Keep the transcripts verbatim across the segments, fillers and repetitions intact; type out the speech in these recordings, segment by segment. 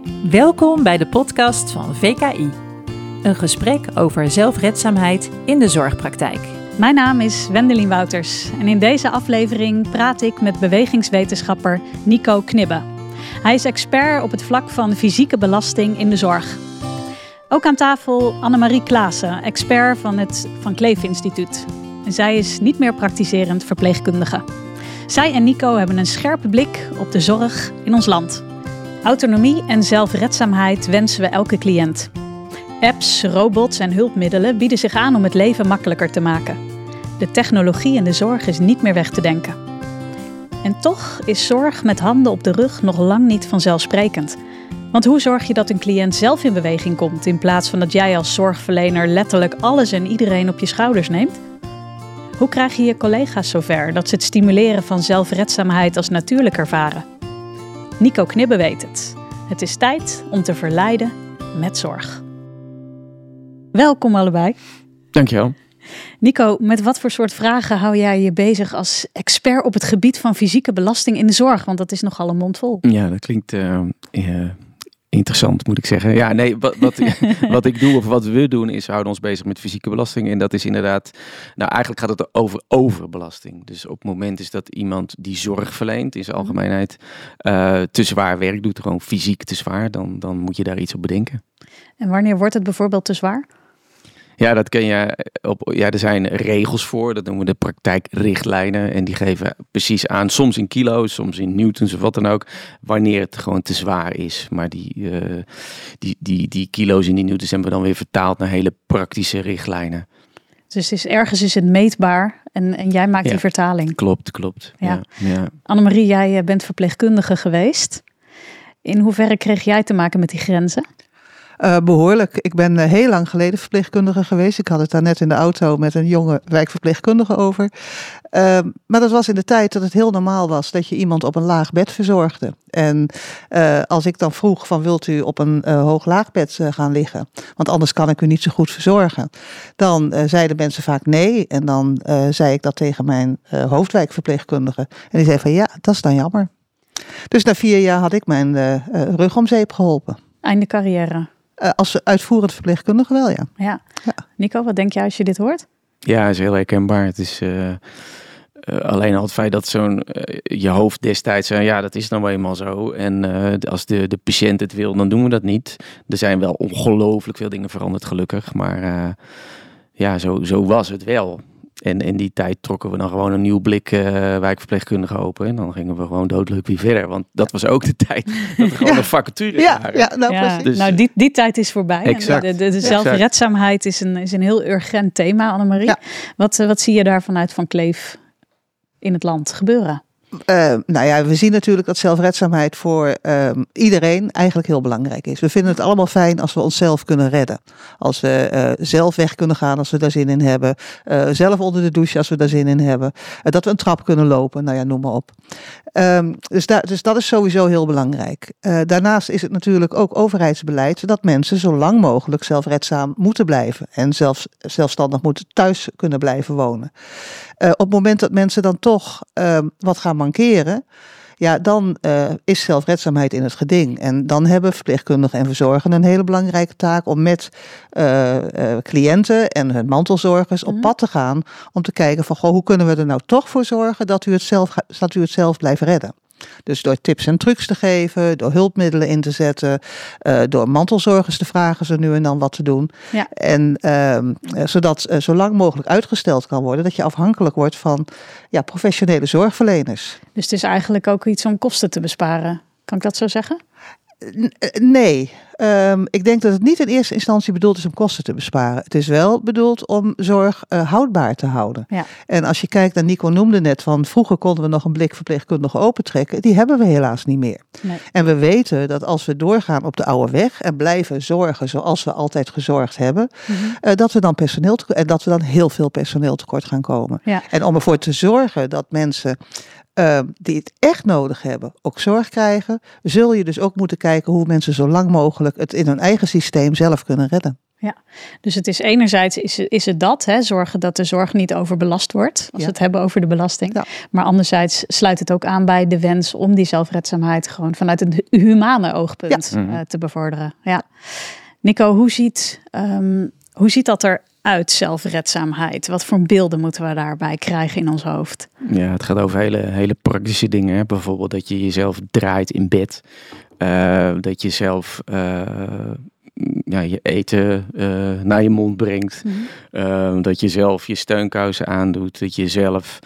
Welkom bij de podcast van V K I. Een gesprek over zelfredzaamheid in de zorgpraktijk. Mijn naam is Wendelin Wouters en in deze aflevering praat ik met bewegingswetenschapper Nico Knibbe. Hij is expert op het vlak van fysieke belasting in de zorg. Ook aan tafel Annemarie Klaassen, expert van het Van Cleef Instituut. En zij is niet meer praktiserend verpleegkundige. Zij en Nico hebben een scherpe blik op de zorg in ons land. Autonomie en zelfredzaamheid wensen we elke cliënt. Apps, robots en hulpmiddelen bieden zich aan om het leven makkelijker te maken. De technologie in de zorg is niet meer weg te denken. En toch is zorg met handen op de rug nog lang niet vanzelfsprekend. Want hoe zorg je dat een cliënt zelf in beweging komt, in plaats van dat jij als zorgverlener letterlijk alles en iedereen op je schouders neemt? Hoe krijg je je collega's zover dat ze het stimuleren van zelfredzaamheid als natuurlijk ervaren? Nico Knibbe weet het. Het is tijd om te verleiden met zorg. Welkom allebei. Dankjewel. Nico, met wat voor soort vragen hou jij je bezig als expert op het gebied van fysieke belasting in de zorg? Want dat is nogal een mond vol. Ja, dat klinkt uh, uh, interessant, moet ik zeggen. Ja, nee, wat, wat, wat ik doe of wat we doen is houden ons bezig met fysieke belasting. En dat is inderdaad, nou eigenlijk gaat het over overbelasting. Dus op het moment is dat iemand die zorg verleent in zijn algemeenheid uh, te zwaar werk doet, gewoon fysiek te zwaar, dan, dan moet je daar iets op bedenken. En wanneer wordt het bijvoorbeeld te zwaar? Ja, dat ken je op. Ja, er zijn regels voor. Dat noemen we de praktijkrichtlijnen. En die geven precies aan, soms in kilo's, soms in newtons of wat dan ook, wanneer het gewoon te zwaar is. Maar die, uh, die, die, die kilo's en die newtons hebben we dan weer vertaald naar hele praktische richtlijnen. Dus het is, ergens is het meetbaar en, en jij maakt ja, die vertaling. Klopt, klopt. Ja. Ja, ja. Annemarie, jij bent verpleegkundige geweest. In hoeverre kreeg jij te maken met die grenzen? Uh, behoorlijk. Ik ben uh, heel lang geleden verpleegkundige geweest. Ik had het daar net in de auto met een jonge wijkverpleegkundige over. Uh, maar dat was in de tijd dat het heel normaal was dat je iemand op een laag bed verzorgde. En uh, als ik dan vroeg van wilt u op een uh, hoog-laag bed uh, gaan liggen? Want anders kan ik u niet zo goed verzorgen. Dan uh, zeiden mensen vaak nee. En dan uh, zei ik dat tegen mijn uh, hoofdwijkverpleegkundige. En die zei van ja, dat is dan jammer. Dus na vier jaar had ik mijn uh, uh, rug om zeep geholpen. Einde carrière. Uh, als uitvoerend verpleegkundige wel, ja. ja. Ja. Nico, wat denk jij als je dit hoort? Ja, is heel herkenbaar. Het is uh, uh, alleen al het feit dat zo'n uh, je hoofd destijds zei, uh, ja, dat is nou eenmaal zo. En uh, als de, de patiënt het wil, dan doen we dat niet. Er zijn wel ongelooflijk veel dingen veranderd, gelukkig. Maar uh, ja, zo, zo was het wel. En in die tijd trokken we dan gewoon een nieuw blik uh, wijkverpleegkundige open. En dan gingen we gewoon doodleuk weer verder. Want dat was ook de tijd dat er gewoon ja. een vacature ja, waren. Ja, nou, ja, precies. Dus, nou die, die tijd is voorbij. Exact. De, de, de zelfredzaamheid is een, is een heel urgent thema, Annemarie. Ja. Wat, wat zie je daar vanuit Van Cleef in het land gebeuren? Uh, nou ja, we zien natuurlijk dat zelfredzaamheid voor uh, iedereen eigenlijk heel belangrijk is. We vinden het allemaal fijn als we onszelf kunnen redden. Als we uh, zelf weg kunnen gaan als we daar zin in hebben. Uh, zelf onder de douche als we daar zin in hebben. Uh, dat we een trap kunnen lopen, nou ja, noem maar op. Um, dus, da- dus dat is sowieso heel belangrijk. Uh, daarnaast is het natuurlijk ook overheidsbeleid dat mensen zo lang mogelijk zelfredzaam moeten blijven. En zelfs zelfstandig moeten thuis kunnen blijven wonen. Uh, op het moment dat mensen dan toch uh, wat gaan mankeren, ja, dan uh, is zelfredzaamheid in het geding. En dan hebben verpleegkundigen en verzorgenden een hele belangrijke taak om met uh, uh, cliënten en hun mantelzorgers op pad te gaan om te kijken van, goh, hoe kunnen we er nou toch voor zorgen dat u het zelf, dat u het zelf blijft redden. Dus door tips en trucs te geven, door hulpmiddelen in te zetten, uh, door mantelzorgers te vragen zo nu en dan wat te doen. Ja. En uh, zodat uh, zo lang mogelijk uitgesteld kan worden dat je afhankelijk wordt van ja, professionele zorgverleners. Dus het is eigenlijk ook iets om kosten te besparen. Kan ik dat zo zeggen? Nee, um, ik denk dat het niet in eerste instantie bedoeld is om kosten te besparen. Het is wel bedoeld om zorg uh, houdbaar te houden. Ja. En als je kijkt naar, Nico noemde net van vroeger konden we nog een blik verpleegkundige opentrekken. Die hebben we helaas niet meer. Nee. En we weten dat als we doorgaan op de oude weg en blijven zorgen zoals we altijd gezorgd hebben, mm-hmm. uh, dat we dan personeel te, en dat we dan heel veel personeel tekort gaan komen. Ja. En om ervoor te zorgen dat mensen Uh, die het echt nodig hebben, ook zorg krijgen, zul je dus ook moeten kijken hoe mensen zo lang mogelijk het in hun eigen systeem zelf kunnen redden. Ja, dus het is enerzijds is, is het dat, hè, zorgen dat de zorg niet overbelast wordt, als Ja. we het hebben over de belasting. Ja. Maar anderzijds sluit het ook aan bij de wens om die zelfredzaamheid gewoon vanuit een humane oogpunt Ja. uh, te bevorderen. Ja. Nico, hoe ziet, um, hoe ziet dat eruit, zelfredzaamheid? Wat voor beelden moeten we daarbij krijgen in ons hoofd? Ja, het gaat over hele, hele praktische dingen. Hè? Bijvoorbeeld dat je jezelf draait in bed. Uh, dat je zelf uh, ja, je eten uh, naar je mond brengt. Mm-hmm. Uh, dat je zelf je steunkousen aandoet. Dat je zelf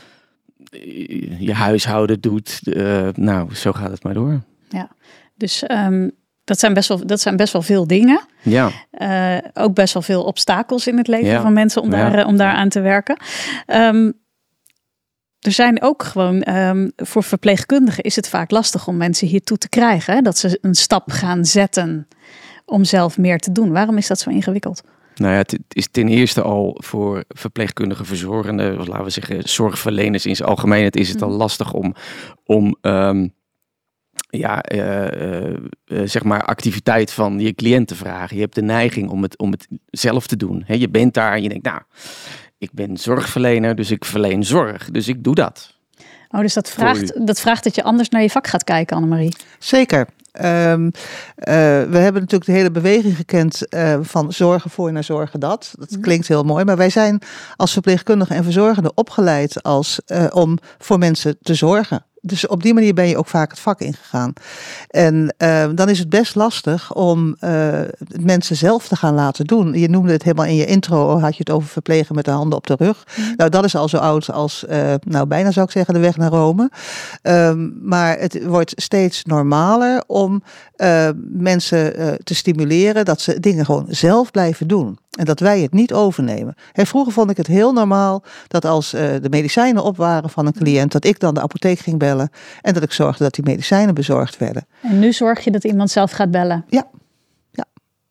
je huishouden doet. Uh, nou, zo gaat het maar door. Ja, dus um, dat, zijn best wel, dat zijn best wel veel dingen. Ja. Uh, ook best wel veel obstakels in het leven ja. van mensen om, daar, ja. om daar aan te werken. Um, Er zijn ook gewoon, um, voor verpleegkundigen is het vaak lastig om mensen hiertoe te krijgen. Hè? Dat ze een stap gaan zetten om zelf meer te doen. Waarom is dat zo ingewikkeld? Nou ja, het is ten eerste al voor verpleegkundigen, verzorgenden, of laten we zeggen zorgverleners in zijn algemeenheid, is het al lastig om, om um, ja, uh, uh, uh, zeg maar activiteit van je cliënt te vragen. Je hebt de neiging om het, om het zelf te doen. He, je bent daar en je denkt, nou, ik ben zorgverlener, dus ik verleen zorg. Dus ik doe dat. Oh, dus dat vraagt, dat vraagt dat je anders naar je vak gaat kijken, Annemarie. Zeker. Um, uh, we hebben natuurlijk de hele beweging gekend uh, van zorgen voor naar zorgen dat. Dat klinkt heel mooi, maar wij zijn als verpleegkundigen en verzorgenden opgeleid als, uh, om voor mensen te zorgen. Dus op die manier ben je ook vaak het vak ingegaan. En uh, dan is het best lastig om uh, mensen zelf te gaan laten doen. Je noemde het helemaal in je intro, had je het over verplegen met de handen op de rug. Mm. Nou, dat is al zo oud als, uh, nou bijna zou ik zeggen, de weg naar Rome. Um, maar het wordt steeds normaler om uh, mensen uh, te stimuleren dat ze dingen gewoon zelf blijven doen. En dat wij het niet overnemen. He, vroeger vond ik het heel normaal dat als uh, de medicijnen op waren van een cliënt, dat ik dan de apotheek ging bellen en dat ik zorgde dat die medicijnen bezorgd werden. En nu zorg je dat iemand zelf gaat bellen? Ja. ja.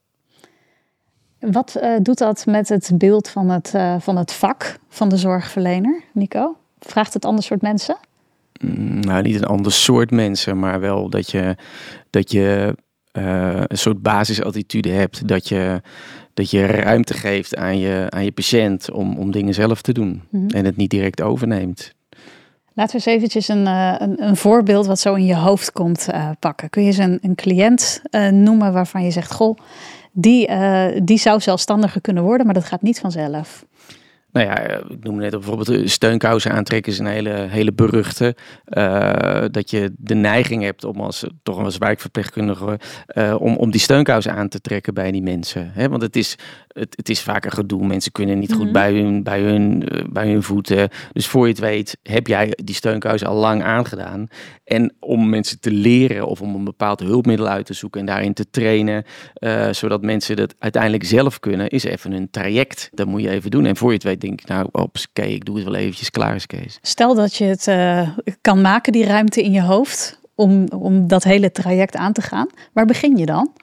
Wat uh, doet dat met het beeld van het, uh, van het vak van de zorgverlener, Nico? Vraagt het ander soort mensen? Mm, nou, niet een ander soort mensen, maar wel dat je, dat je uh, een soort basisattitude hebt. Dat je, dat je ruimte geeft aan je, aan je patiënt om, om dingen zelf te doen. Mm-hmm. En het niet direct overneemt. Laten we eens eventjes een, een, een voorbeeld wat zo in je hoofd komt uh, pakken. Kun je eens een, een cliënt uh, noemen waarvan je zegt, goh, die, uh, die zou zelfstandiger kunnen worden, maar dat gaat niet vanzelf. Nou ja, ik noemde net bijvoorbeeld steunkousen aantrekken is een hele, hele beruchte. Uh, dat je de neiging hebt om als toch als wijkverpleegkundige uh, om, om die steunkousen aan te trekken bij die mensen. Hè? Want het is, het, het is vaak een gedoe. Mensen kunnen niet mm-hmm. goed bij hun, bij, hun, uh, bij hun voeten. Dus voor je het weet heb jij die steunkousen al lang aangedaan. En om mensen te leren of om een bepaald hulpmiddel uit te zoeken en daarin te trainen, uh, zodat mensen dat uiteindelijk zelf kunnen, is even een traject. Dat moet je even doen. En voor je het weet denk ik, nou, ops, oké, ik doe het wel eventjes, klaar is Kees. Stel dat je het uh, kan maken, die ruimte in je hoofd, om, om dat hele traject aan te gaan. Waar begin je dan?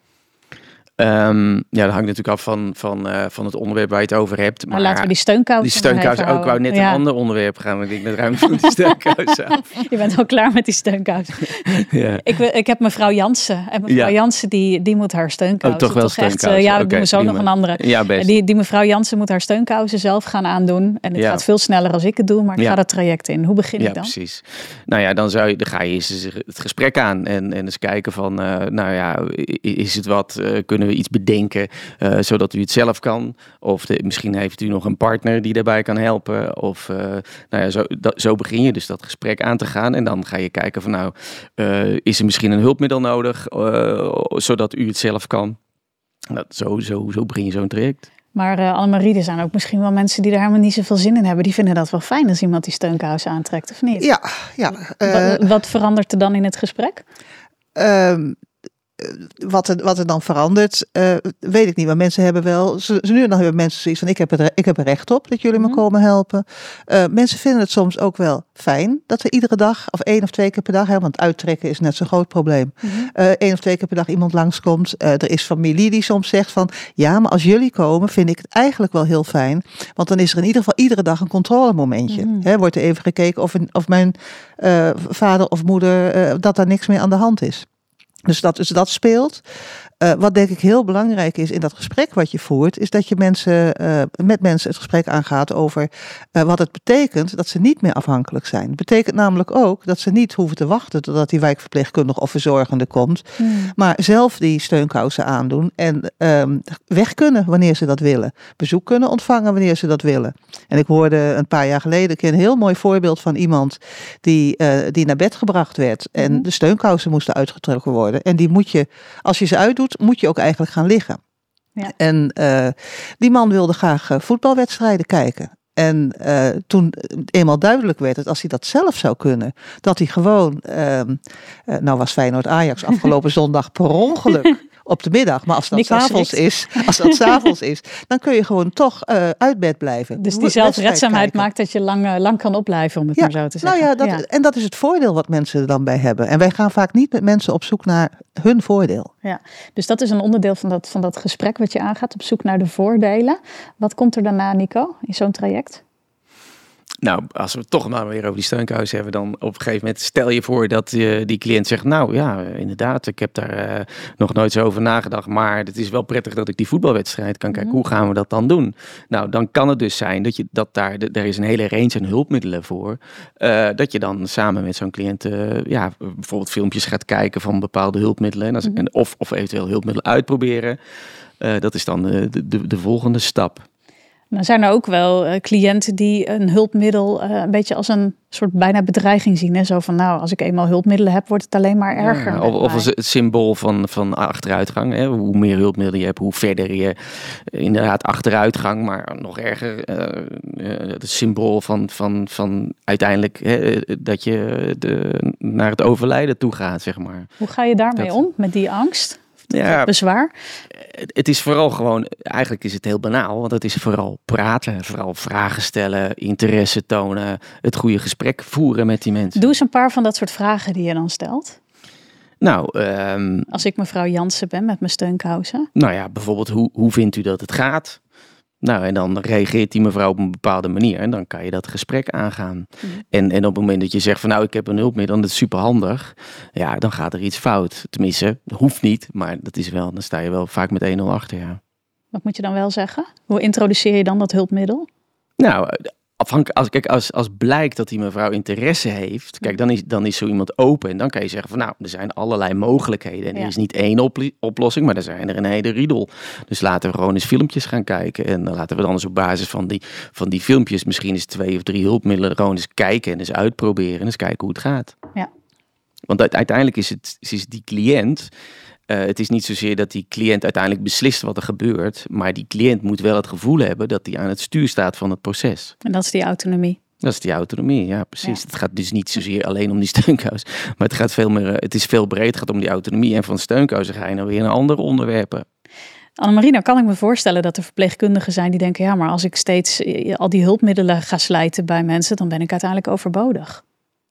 Um, ja, dat hangt natuurlijk af van, van, uh, van het onderwerp waar je het over hebt. Maar, maar laten we die steunkousen Die steunkousen ook, wou net ja. een ander onderwerp gaan. Maar ik denk, dat ruim van die steunkousen af. Je bent al klaar met die steunkousen. ja. ik, ik heb mevrouw Jansen. En mevrouw ja. Jansen, die, die moet haar steunkousen. Oh, toch wel toch steunkousen? Echt, uh, ja, dat okay, doen we zo prima. nog een andere. Ja, best. Die, die mevrouw Jansen moet haar steunkousen zelf gaan aandoen. En het ja. gaat veel sneller als ik het doe, maar ik ja. ga dat traject in. Hoe begin ja, ik dan? Ja, precies. Nou ja, dan, zou je, dan ga je eerst het gesprek aan. En, en eens kijken van, uh, nou ja, is het wat? Uh, kunnen we iets bedenken? Uh, zodat u het zelf kan. Of de, misschien heeft u nog een partner die daarbij kan helpen. Of uh, nou ja, zo, dat, zo begin je dus dat gesprek aan te gaan. En dan ga je kijken van nou, uh, is er misschien een hulpmiddel nodig? Uh, zodat u het zelf kan. Dat, zo, zo, zo begin je zo'n traject. Maar uh, Annemarie, er zijn ook misschien wel mensen die er helemaal niet zoveel zin in hebben. Die vinden dat wel fijn als iemand die steunkousen aantrekt, of niet? Ja. ja uh, wat, wat verandert er dan in het gesprek? Um, Wat er, wat er dan verandert, uh, weet ik niet. Maar mensen hebben wel, ze, ze nu en dan hebben mensen zoiets van, ik heb, het, ik heb er recht op dat jullie me komen helpen. Uh, mensen vinden het soms ook wel fijn dat er iedere dag, of één of twee keer per dag, hè, want uittrekken is net zo'n groot probleem. Mm-hmm. Uh, één of twee keer per dag iemand langskomt. Uh, er is familie die soms zegt van, ja, maar als jullie komen, vind ik het eigenlijk wel heel fijn. Want dan is er in ieder geval iedere dag een controlemomentje. Mm-hmm. Hè, wordt er even gekeken of, een, of mijn uh, vader of moeder, uh, dat daar niks meer aan de hand is. Dus dat, dus dat speelt. Uh, wat denk ik heel belangrijk is in dat gesprek wat je voert, is dat je mensen, uh, met mensen het gesprek aangaat over uh, wat het betekent dat ze niet meer afhankelijk zijn. Het betekent namelijk ook dat ze niet hoeven te wachten totdat die wijkverpleegkundige of verzorgende komt, hmm. maar zelf die steunkousen aandoen en um, weg kunnen wanneer ze dat willen. Bezoek kunnen ontvangen wanneer ze dat willen. En ik hoorde een paar jaar geleden een heel mooi voorbeeld van iemand die, uh, die naar bed gebracht werd en hmm. de steunkousen moesten uitgetrokken worden. En die moet je, als je ze uitdoet, moet je ook eigenlijk gaan liggen. Ja. En uh, die man wilde graag uh, voetbalwedstrijden kijken. En uh, toen eenmaal duidelijk werd dat als hij dat zelf zou kunnen, dat hij gewoon, uh, uh, nou was Feyenoord-Ajax afgelopen zondag per ongeluk op de middag. Maar als dat s'avonds is, als dat s'avonds is, dan kun je gewoon toch uh, uit bed blijven. Dus die zelfredzaamheid maakt dat je lang, uh, lang kan opblijven, om het ja, maar zo te zeggen. Nou ja, dat, ja, en dat is het voordeel wat mensen er dan bij hebben. En wij gaan vaak niet met mensen op zoek naar hun voordeel. Ja, dus dat is een onderdeel van dat, van dat gesprek wat je aangaat, op zoek naar de voordelen. Wat komt er daarna, Nico, in zo'n traject? Nou, als we het toch maar weer over die steunkousen hebben, dan op een gegeven moment stel je voor dat uh, die cliënt zegt, nou ja, inderdaad, ik heb daar uh, nog nooit zo over nagedacht, maar het is wel prettig dat ik die voetbalwedstrijd kan kijken. Mm-hmm. Hoe gaan we dat dan doen? Nou, dan kan het dus zijn dat je dat daar, de, er is een hele range aan hulpmiddelen voor, uh, dat je dan samen met zo'n cliënt, uh, ja, bijvoorbeeld filmpjes gaat kijken van bepaalde hulpmiddelen, en als, mm-hmm. en of, of eventueel hulpmiddelen uitproberen. Uh, dat is dan de, de, de volgende stap. Dan zijn er ook wel uh, cliënten die een hulpmiddel uh, een beetje als een soort bijna bedreiging zien. Hè? Zo van, nou, als ik eenmaal hulpmiddelen heb, wordt het alleen maar erger. Ja, of, of als het symbool van, van achteruitgang. Hè? Hoe meer hulpmiddelen je hebt, hoe verder je uh, inderdaad achteruitgang. Maar nog erger, uh, uh, het symbool van, van, van uiteindelijk hè, dat je de, naar het overlijden toe gaat, zeg maar. Hoe ga je daarmee dat... om, met die angst? Ja, bezwaar? Het is vooral gewoon, eigenlijk is het heel banaal, want het is vooral praten, vooral vragen stellen, interesse tonen, het goede gesprek voeren met die mensen. Doe eens een paar van dat soort vragen die je dan stelt. Nou, um, als ik mevrouw Jansen ben met mijn steunkousen. Nou ja, bijvoorbeeld, hoe, hoe vindt u dat het gaat? Nou, en dan reageert die mevrouw op een bepaalde manier en dan kan je dat gesprek aangaan. Mm. En, en op het moment dat je zegt van nou, ik heb een hulpmiddel, dat is super handig. Ja, dan gaat er iets fout. Tenminste, dat hoeft niet, maar dat is wel, dan sta je wel vaak met één nul achter, ja. Wat moet je dan wel zeggen? Hoe introduceer je dan dat hulpmiddel? Nou, afhankelijk, als, kijk, als, als blijkt dat die mevrouw interesse heeft, kijk, dan is, dan is zo iemand open en dan kan je zeggen van nou, er zijn allerlei mogelijkheden en er ja. is niet één op, oplossing, maar er zijn er een hele riedel. Dus laten we gewoon eens filmpjes gaan kijken en dan laten we dan eens op basis van die, van die filmpjes misschien eens twee of drie hulpmiddelen gewoon eens kijken en eens uitproberen en eens kijken hoe het gaat. Ja. Want uiteindelijk is het is die cliënt. Uh, het is niet zozeer dat die cliënt uiteindelijk beslist wat er gebeurt, maar die cliënt moet wel het gevoel hebben dat hij aan het stuur staat van het proces. En dat is die autonomie. Dat is die autonomie, ja precies. Ja. Het gaat dus niet zozeer alleen om die steunkous, maar het gaat veel meer, het is veel breder, het gaat om die autonomie en van steunkousen ga je nou weer naar andere onderwerpen. Annemarie, nou kan ik me voorstellen dat er verpleegkundigen zijn die denken, ja, maar als ik steeds al die hulpmiddelen ga slijten bij mensen, dan ben ik uiteindelijk overbodig.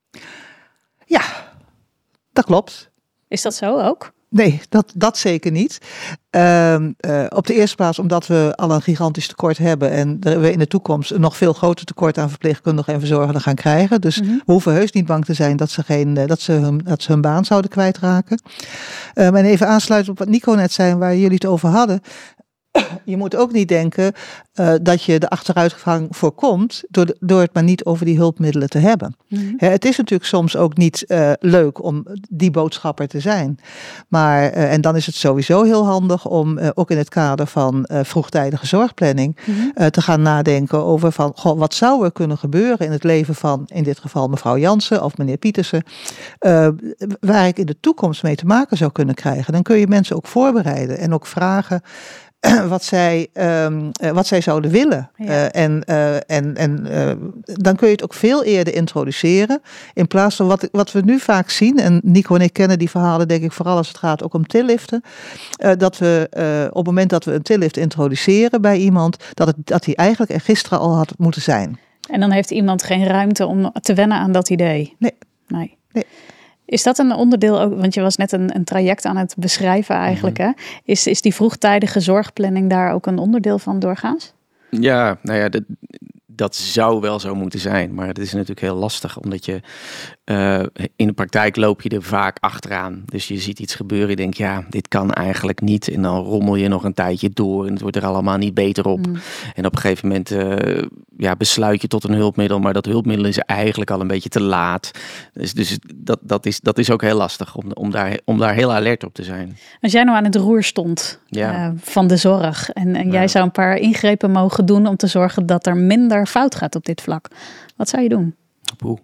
Ja, dat klopt. Is dat zo ook? Nee, dat, dat zeker niet. Uh, uh, op de eerste plaats omdat we al een gigantisch tekort hebben en we in de toekomst een nog veel groter tekort aan verpleegkundigen en verzorgenden gaan krijgen. Dus mm-hmm. we hoeven heus niet bang te zijn dat ze, geen, dat ze, hun, dat ze hun baan zouden kwijtraken. Uh, en even aansluiten op wat Nico net zei, waar jullie het over hadden. Je moet ook niet denken uh, dat je de achteruitgang voorkomt door, de, door het maar niet over die hulpmiddelen te hebben. Mm-hmm. He, het is natuurlijk soms ook niet uh, leuk om die boodschapper te zijn. Maar, uh, en dan is het sowieso heel handig om uh, ook in het kader van uh, vroegtijdige zorgplanning mm-hmm. uh, te gaan nadenken over van, goh, wat zou er kunnen gebeuren in het leven van, in dit geval mevrouw Jansen of meneer Pietersen, uh, waar ik in de toekomst mee te maken zou kunnen krijgen. Dan kun je mensen ook voorbereiden en ook vragen wat zij, um, uh, wat zij zouden willen. Ja. Uh, en uh, en, en uh, dan kun je het ook veel eerder introduceren. In plaats van wat, wat we nu vaak zien. En Nico en ik kennen die verhalen denk ik vooral als het gaat ook om tilliften. Uh, dat we uh, op het moment dat we een tillift introduceren bij iemand. Dat, het, dat die eigenlijk er gisteren al had moeten zijn. En dan heeft iemand geen ruimte om te wennen aan dat idee. Nee. Nee. nee. Is dat een onderdeel ook, want je was net een, een traject aan het beschrijven eigenlijk, mm-hmm. hè? Is, is die vroegtijdige zorgplanning daar ook een onderdeel van doorgaans? Ja, nou ja, dat, dat zou wel zo moeten zijn, maar het is natuurlijk heel lastig, omdat je Uh, in de praktijk loop je er vaak achteraan. Dus je ziet iets gebeuren, je denkt, ja, dit kan eigenlijk niet. En dan rommel je nog een tijdje door en het wordt er allemaal niet beter op. Mm. En op een gegeven moment uh, ja, besluit je tot een hulpmiddel, maar dat hulpmiddel is eigenlijk al een beetje te laat. Dus, dus dat, dat, is, dat is ook heel lastig om, om, daar, om daar heel alert op te zijn. Als jij nou aan het roer stond ja. uh, van de zorg en, en jij ja. zou een paar ingrepen mogen doen om te zorgen dat er minder fout gaat op dit vlak. Wat zou je doen? Poeh.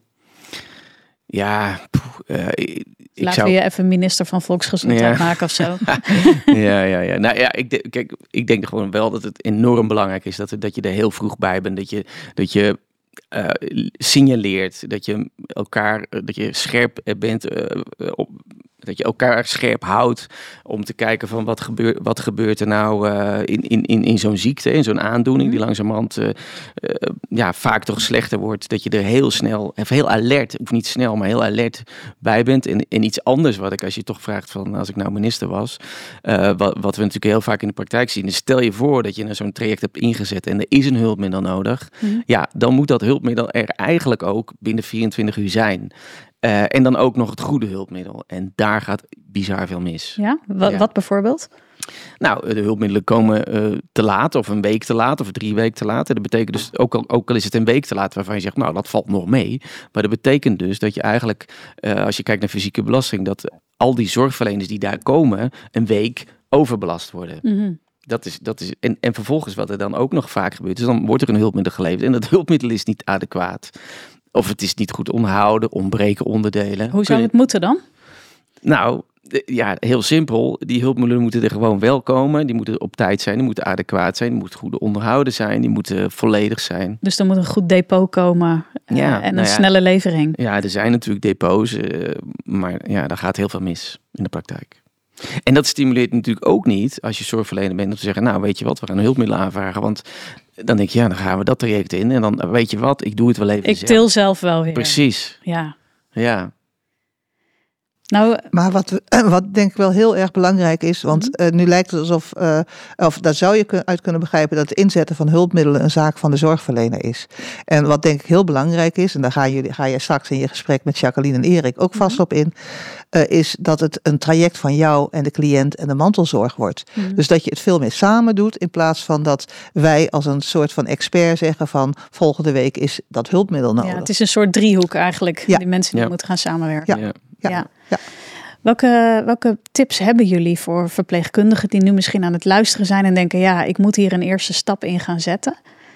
Ja, uh, ik Laten zou... we je even minister van Volksgezondheid ja. maken of zo. ja, ja, ja. Nou ja, ik, de, kijk, ik denk gewoon wel dat het enorm belangrijk is dat, dat je er heel vroeg bij bent. Dat je, dat je uh, signaleert, dat je elkaar, dat je scherp bent uh, op. Dat je elkaar scherp houdt om te kijken van wat gebeurt, wat gebeurt er nou uh, in, in, in, in zo'n ziekte, in zo'n aandoening die langzamerhand uh, uh, ja, vaak toch slechter wordt. Dat je er heel snel, of heel alert, of niet snel, maar heel alert bij bent. En, en iets anders wat ik, als je toch vraagt van als ik nou minister was, uh, wat, wat we natuurlijk heel vaak in de praktijk zien. Dus stel je voor dat je zo'n traject hebt ingezet en er is een hulpmiddel nodig. Mm-hmm. Ja, dan moet dat hulpmiddel er eigenlijk ook binnen vierentwintig uur zijn. Uh, en dan ook nog het goede hulpmiddel. En daar gaat bizar veel mis. Ja? Wat, ja. wat bijvoorbeeld? Nou, de hulpmiddelen komen uh, te laat of een week te laat of drie weken te laat. En dat betekent dus, ook al, ook al is het een week te laat waarvan je zegt, nou dat valt nog mee. Maar dat betekent dus dat je eigenlijk, uh, als je kijkt naar fysieke belasting, dat al die zorgverleners die daar komen een week overbelast worden. Mm-hmm. Dat is, dat is, en, en vervolgens wat er dan ook nog vaak gebeurt, dus dan wordt er een hulpmiddel geleverd en dat hulpmiddel is niet adequaat. Of het is niet goed onderhouden, ontbreken onderdelen. Hoe zou het moeten dan? Nou, ja, heel simpel. Die hulpmiddelen moeten er gewoon wel komen. Die moeten op tijd zijn, die moeten adequaat zijn, die moeten goed onderhouden zijn, die moeten volledig zijn. Dus er moet een goed depot komen uh, ja, en een nou ja, snelle levering. Ja, er zijn natuurlijk depots, uh, maar ja, daar gaat heel veel mis in de praktijk. En dat stimuleert natuurlijk ook niet als je zorgverlener bent om te zeggen, nou weet je wat, we gaan een hulpmiddel aanvragen, want dan denk je, ja, dan gaan we dat traject in en dan weet je wat, ik doe het wel even Ik zelf. til zelf wel weer. Precies. Ja. Ja. Nou, maar wat, we, wat denk ik wel heel erg belangrijk is, want uh, nu lijkt het alsof, uh, of daar zou je uit kunnen begrijpen dat het inzetten van hulpmiddelen een zaak van de zorgverlener is. En wat denk ik heel belangrijk is, en daar ga je, ga je straks in je gesprek met Jacqueline en Erik ook vast op in, uh, is dat het een traject van jou en de cliënt en de mantelzorg wordt. Mm-hmm. Dus dat je het veel meer samen doet, in plaats van dat wij als een soort van expert zeggen van volgende week is dat hulpmiddel nodig. Ja, het is een soort driehoek eigenlijk, ja. die mensen die ja. moeten gaan samenwerken. Ja. Ja. Ja. Ja. Ja. Welke, welke tips hebben jullie voor verpleegkundigen die nu misschien aan het luisteren zijn en denken, ja, ik moet hier een eerste stap in gaan zetten?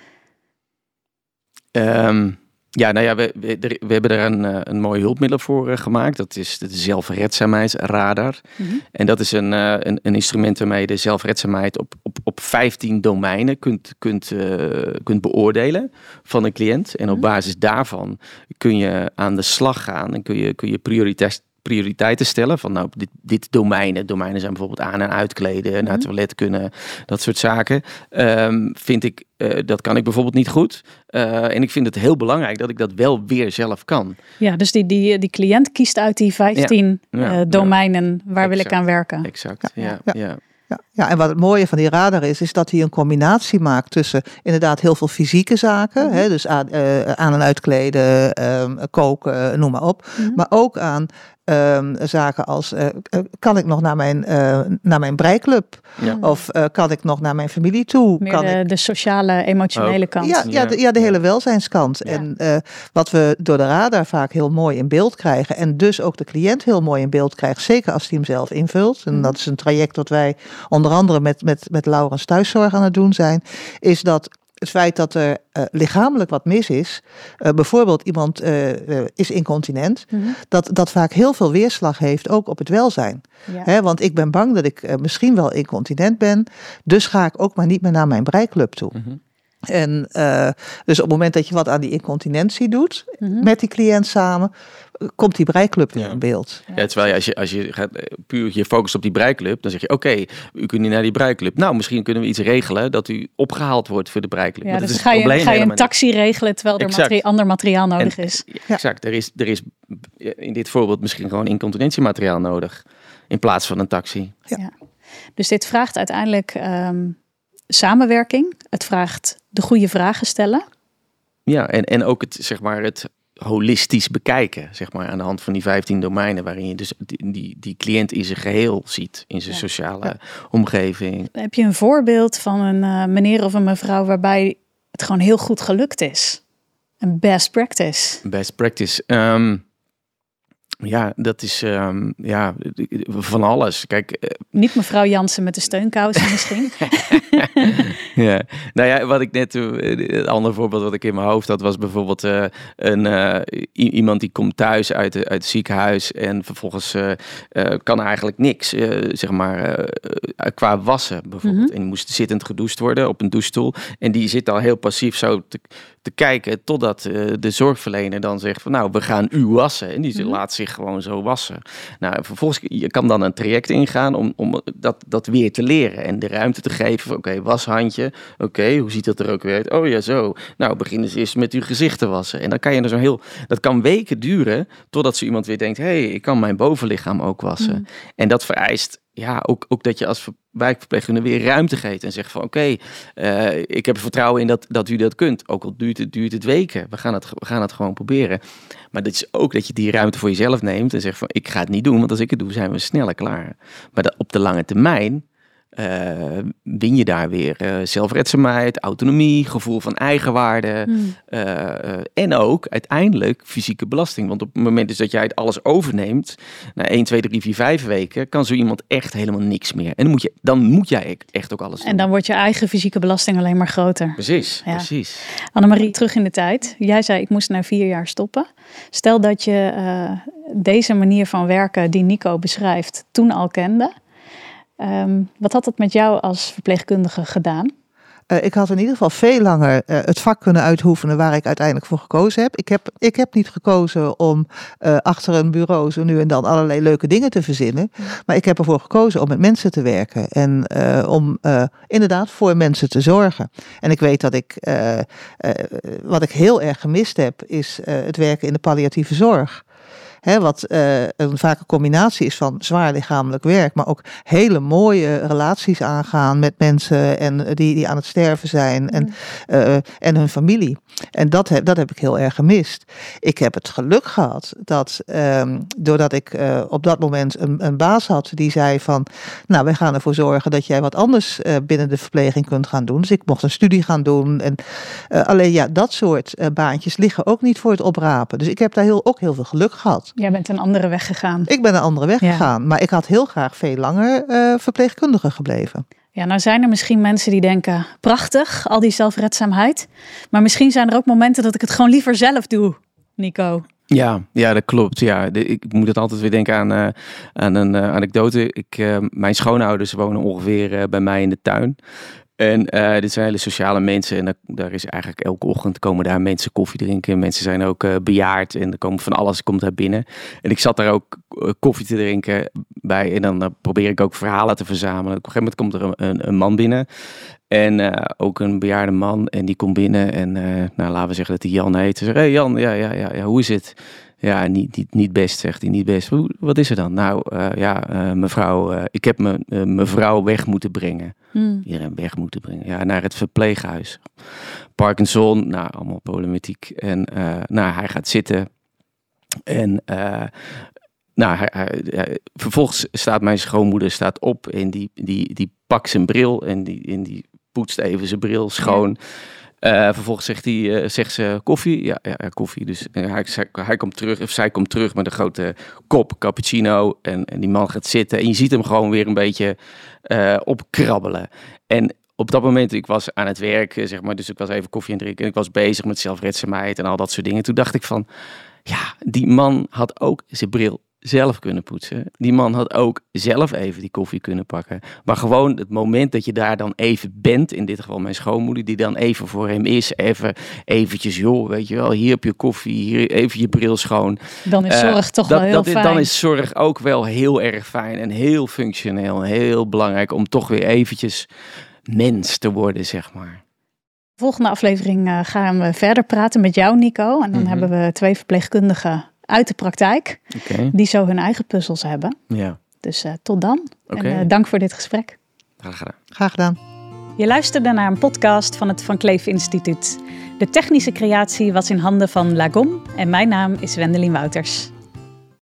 Um, ja, nou ja, we, we, we hebben er een, een mooi hulpmiddel voor uh, gemaakt. Dat is de zelfredzaamheidsradar. Mm-hmm. En dat is een, uh, een, een instrument waarmee je de zelfredzaamheid op, op, op vijftien domeinen kunt, kunt, uh, kunt beoordelen van een cliënt. En op mm-hmm. basis daarvan kun je aan de slag gaan en kun je, kun je prioriteit prioriteiten stellen van nou dit, dit domeinen. Domeinen zijn bijvoorbeeld aan- en uitkleden, mm-hmm. naar het toilet kunnen, dat soort zaken. Um, vind ik, uh, dat kan ik bijvoorbeeld niet goed. Uh, en ik vind het heel belangrijk dat ik dat wel weer zelf kan. Ja, dus die, die, die cliënt kiest uit die vijftien ja. Ja. Uh, domeinen, ja. waar exact. wil ik aan werken. Exact, ja. ja. ja. ja. Ja, ja, en wat het mooie van die radar is, is dat hij een combinatie maakt tussen inderdaad heel veel fysieke zaken, mm-hmm. hè, dus aan, uh, aan- en uitkleden, um, koken, noem maar op, mm-hmm. maar ook aan um, zaken als, uh, kan ik nog naar mijn, uh, naar mijn breiklub? Ja. Of uh, kan ik nog naar mijn familie toe? Meer kan de, ik... de sociale, emotionele oh. kant. Ja, ja, de, ja, de hele welzijnskant. Ja. En uh, wat we door de radar vaak heel mooi in beeld krijgen, en dus ook de cliënt heel mooi in beeld krijgt, zeker als hij hem zelf invult, en dat is een traject dat wij onder andere met, met, met Laurens Thuiszorg aan het doen zijn, is dat het feit dat er uh, lichamelijk wat mis is, uh, bijvoorbeeld iemand uh, uh, is incontinent, mm-hmm. dat dat vaak heel veel weerslag heeft ook op het welzijn. Ja. He, want ik ben bang dat ik uh, misschien wel incontinent ben, dus ga ik ook maar niet meer naar mijn breiklub toe. Mm-hmm. En uh, dus op het moment dat je wat aan die incontinentie doet, mm-hmm. met die cliënt samen, komt die breiklub weer ja. in beeld. Ja, terwijl je als je, als je gaat puur je focust op die breiklub, dan zeg je oké, okay, u kunt niet naar die breiklub. Nou, misschien kunnen we iets regelen dat u opgehaald wordt voor de breiklub. Ja, maar dus dat is ga je, probleem ga je een helemaal taxi niet. regelen terwijl er materi- ander materiaal nodig en, is. Ja, exact, er is, er is in dit voorbeeld misschien gewoon incontinentiemateriaal nodig in plaats van een taxi. Ja. Ja. Dus dit vraagt uiteindelijk um, samenwerking. Het vraagt de goede vragen stellen. Ja, en, en ook het, zeg maar, het holistisch bekijken, zeg maar, aan de hand van die vijftien domeinen, waarin je dus die, die, die cliënt in zijn geheel ziet, in zijn ja. sociale ja. omgeving. Heb je een voorbeeld van een uh, meneer of een mevrouw waarbij het gewoon heel goed gelukt is? Een best practice? Best practice. Um, Ja, dat is um, ja, van alles. Kijk, uh, niet mevrouw Jansen met de steunkousen misschien. ja, nou ja, wat ik net, het andere voorbeeld wat ik in mijn hoofd had, was bijvoorbeeld uh, een uh, i- iemand die komt thuis uit, de, uit het ziekenhuis en vervolgens uh, uh, kan eigenlijk niks, uh, zeg maar, uh, qua wassen bijvoorbeeld. Mm-hmm. En die moest zittend gedoucht worden op een douchestoel en die zit al heel passief zo te, te kijken totdat uh, de zorgverlener dan zegt van nou, we gaan u wassen. En die mm-hmm. laat zich gewoon zo wassen. Nou, vervolgens je kan dan een traject ingaan om, om dat, dat weer te leren en de ruimte te geven. Oké, okay, washandje. Oké, okay, hoe ziet dat er ook weer uit? Oh ja, zo. Nou, beginnen ze eerst met uw gezicht te wassen. En dan kan je er zo heel... Dat kan weken duren totdat zo iemand weer denkt, hé, hey, ik kan mijn bovenlichaam ook wassen. Mm. En dat vereist ja, ook, ook dat je als wijkverpleegkundige weer ruimte geeft en zegt van oké, okay, uh, ik heb vertrouwen in dat, dat u dat kunt. Ook al duurt het, duurt het weken. We gaan het, we gaan het gewoon proberen. Maar dat is ook dat je die ruimte voor jezelf neemt en zegt van ik ga het niet doen, want als ik het doe zijn we sneller klaar. Maar dat op de lange termijn uh, win je daar weer uh, zelfredzaamheid, autonomie, gevoel van eigenwaarde hmm. uh, uh, en ook uiteindelijk fysieke belasting. Want op het moment dus dat jij het alles overneemt, na één, twee, drie, vier, vijf weken, kan zo iemand echt helemaal niks meer. En dan moet, je, dan moet jij echt ook alles doen. En dan wordt je eigen fysieke belasting alleen maar groter. Precies, ja. precies. Annemarie, terug in de tijd. Jij zei ik moest na vier jaar stoppen. Stel dat je uh, deze manier van werken die Nico beschrijft toen al kende. Um, wat had dat met jou als verpleegkundige gedaan? Uh, ik had in ieder geval veel langer uh, het vak kunnen uitoefenen waar ik uiteindelijk voor gekozen heb. Ik heb, ik heb niet gekozen om uh, achter een bureau zo nu en dan allerlei leuke dingen te verzinnen. Mm. Maar ik heb ervoor gekozen om met mensen te werken en uh, om uh, inderdaad voor mensen te zorgen. En ik weet dat ik, uh, uh, wat ik heel erg gemist heb, is uh, het werken in de palliatieve zorg. He, wat uh, een vaak een combinatie is van zwaar lichamelijk werk, maar ook hele mooie relaties aangaan met mensen en die, die aan het sterven zijn en, uh, en hun familie. En dat heb, dat heb ik heel erg gemist. Ik heb het geluk gehad dat, um, doordat ik uh, op dat moment een, een baas had die zei van, nou, wij gaan ervoor zorgen dat jij wat anders uh, binnen de verpleging kunt gaan doen. Dus ik mocht een studie gaan doen. En uh, alleen ja, dat soort uh, baantjes liggen ook niet voor het oprapen. Dus ik heb daar heel, ook heel veel geluk gehad. Jij bent een andere weg gegaan. Ik ben een andere weg ja. gegaan. Maar ik had heel graag veel langer uh, verpleegkundige gebleven. Ja, nou zijn er misschien mensen die denken, prachtig, al die zelfredzaamheid. Maar misschien zijn er ook momenten dat ik het gewoon liever zelf doe, Nico. Ja, ja, dat klopt. Ja, de, ik moet het altijd weer denken aan, uh, aan een uh, anekdote. Ik, uh, mijn schoonouders wonen ongeveer uh, bij mij in de tuin. En uh, dit zijn hele sociale mensen en daar, daar is eigenlijk elke ochtend komen daar mensen koffie drinken. Mensen zijn ook uh, bejaard en er komt van alles komt daar binnen. En ik zat daar ook uh, koffie te drinken bij en dan uh, probeer ik ook verhalen te verzamelen. Op een gegeven moment komt er een, een, een man binnen en uh, ook een bejaarde man en die komt binnen en uh, nou, laten we zeggen dat hij Jan heet. Ze zegt, hey Jan, ja, ja, ja, ja, hoe is het? Ja, niet, niet, niet best, zegt hij, niet best. Hoe, wat is er dan? Nou, uh, ja, uh, mevrouw, uh, ik heb me, uh, mevrouw weg moeten brengen. Hmm. Iedereen weg moeten brengen. Ja, naar het verpleeghuis. Parkinson, nou, allemaal problematiek. En uh, nou, hij gaat zitten. En uh, nou, hij, hij, hij, vervolgens staat mijn schoonmoeder staat op en die, die, die pakt zijn bril en die, en die poetst even zijn bril schoon. Ja. Uh, vervolgens zegt, hij, uh, zegt ze koffie. Ja, ja, ja koffie. Dus uh, hij, hij komt terug, of zij komt terug met een grote kop cappuccino. En, en die man gaat zitten. En je ziet hem gewoon weer een beetje uh, opkrabbelen. En op dat moment, ik was aan het werk, zeg maar. Dus ik was even koffie aan het drinken. En ik was bezig met zelfredzaamheid en al dat soort dingen. Toen dacht ik van, ja, die man had ook zijn bril zelf kunnen poetsen. Die man had ook zelf even die koffie kunnen pakken. Maar gewoon het moment dat je daar dan even bent, in dit geval mijn schoonmoeder, die dan even voor hem is, even eventjes, joh, weet je wel, hier heb je koffie, hier even je bril schoon. Dan is zorg uh, toch dat, wel heel dat, fijn. Dan is zorg ook wel heel erg fijn en heel functioneel en heel belangrijk om toch weer eventjes mens te worden, zeg maar. Volgende aflevering uh, gaan we verder praten met jou, Nico. En dan mm-hmm. hebben we twee verpleegkundigen uit de praktijk, okay. die zo hun eigen puzzels hebben. Ja. Dus uh, tot dan. Okay. En uh, dank voor dit gesprek. Graag gedaan. Graag gedaan. Je luisterde naar een podcast van het Van Cleef Instituut. De technische creatie was in handen van Lagom en mijn naam is Wendelin Wouters.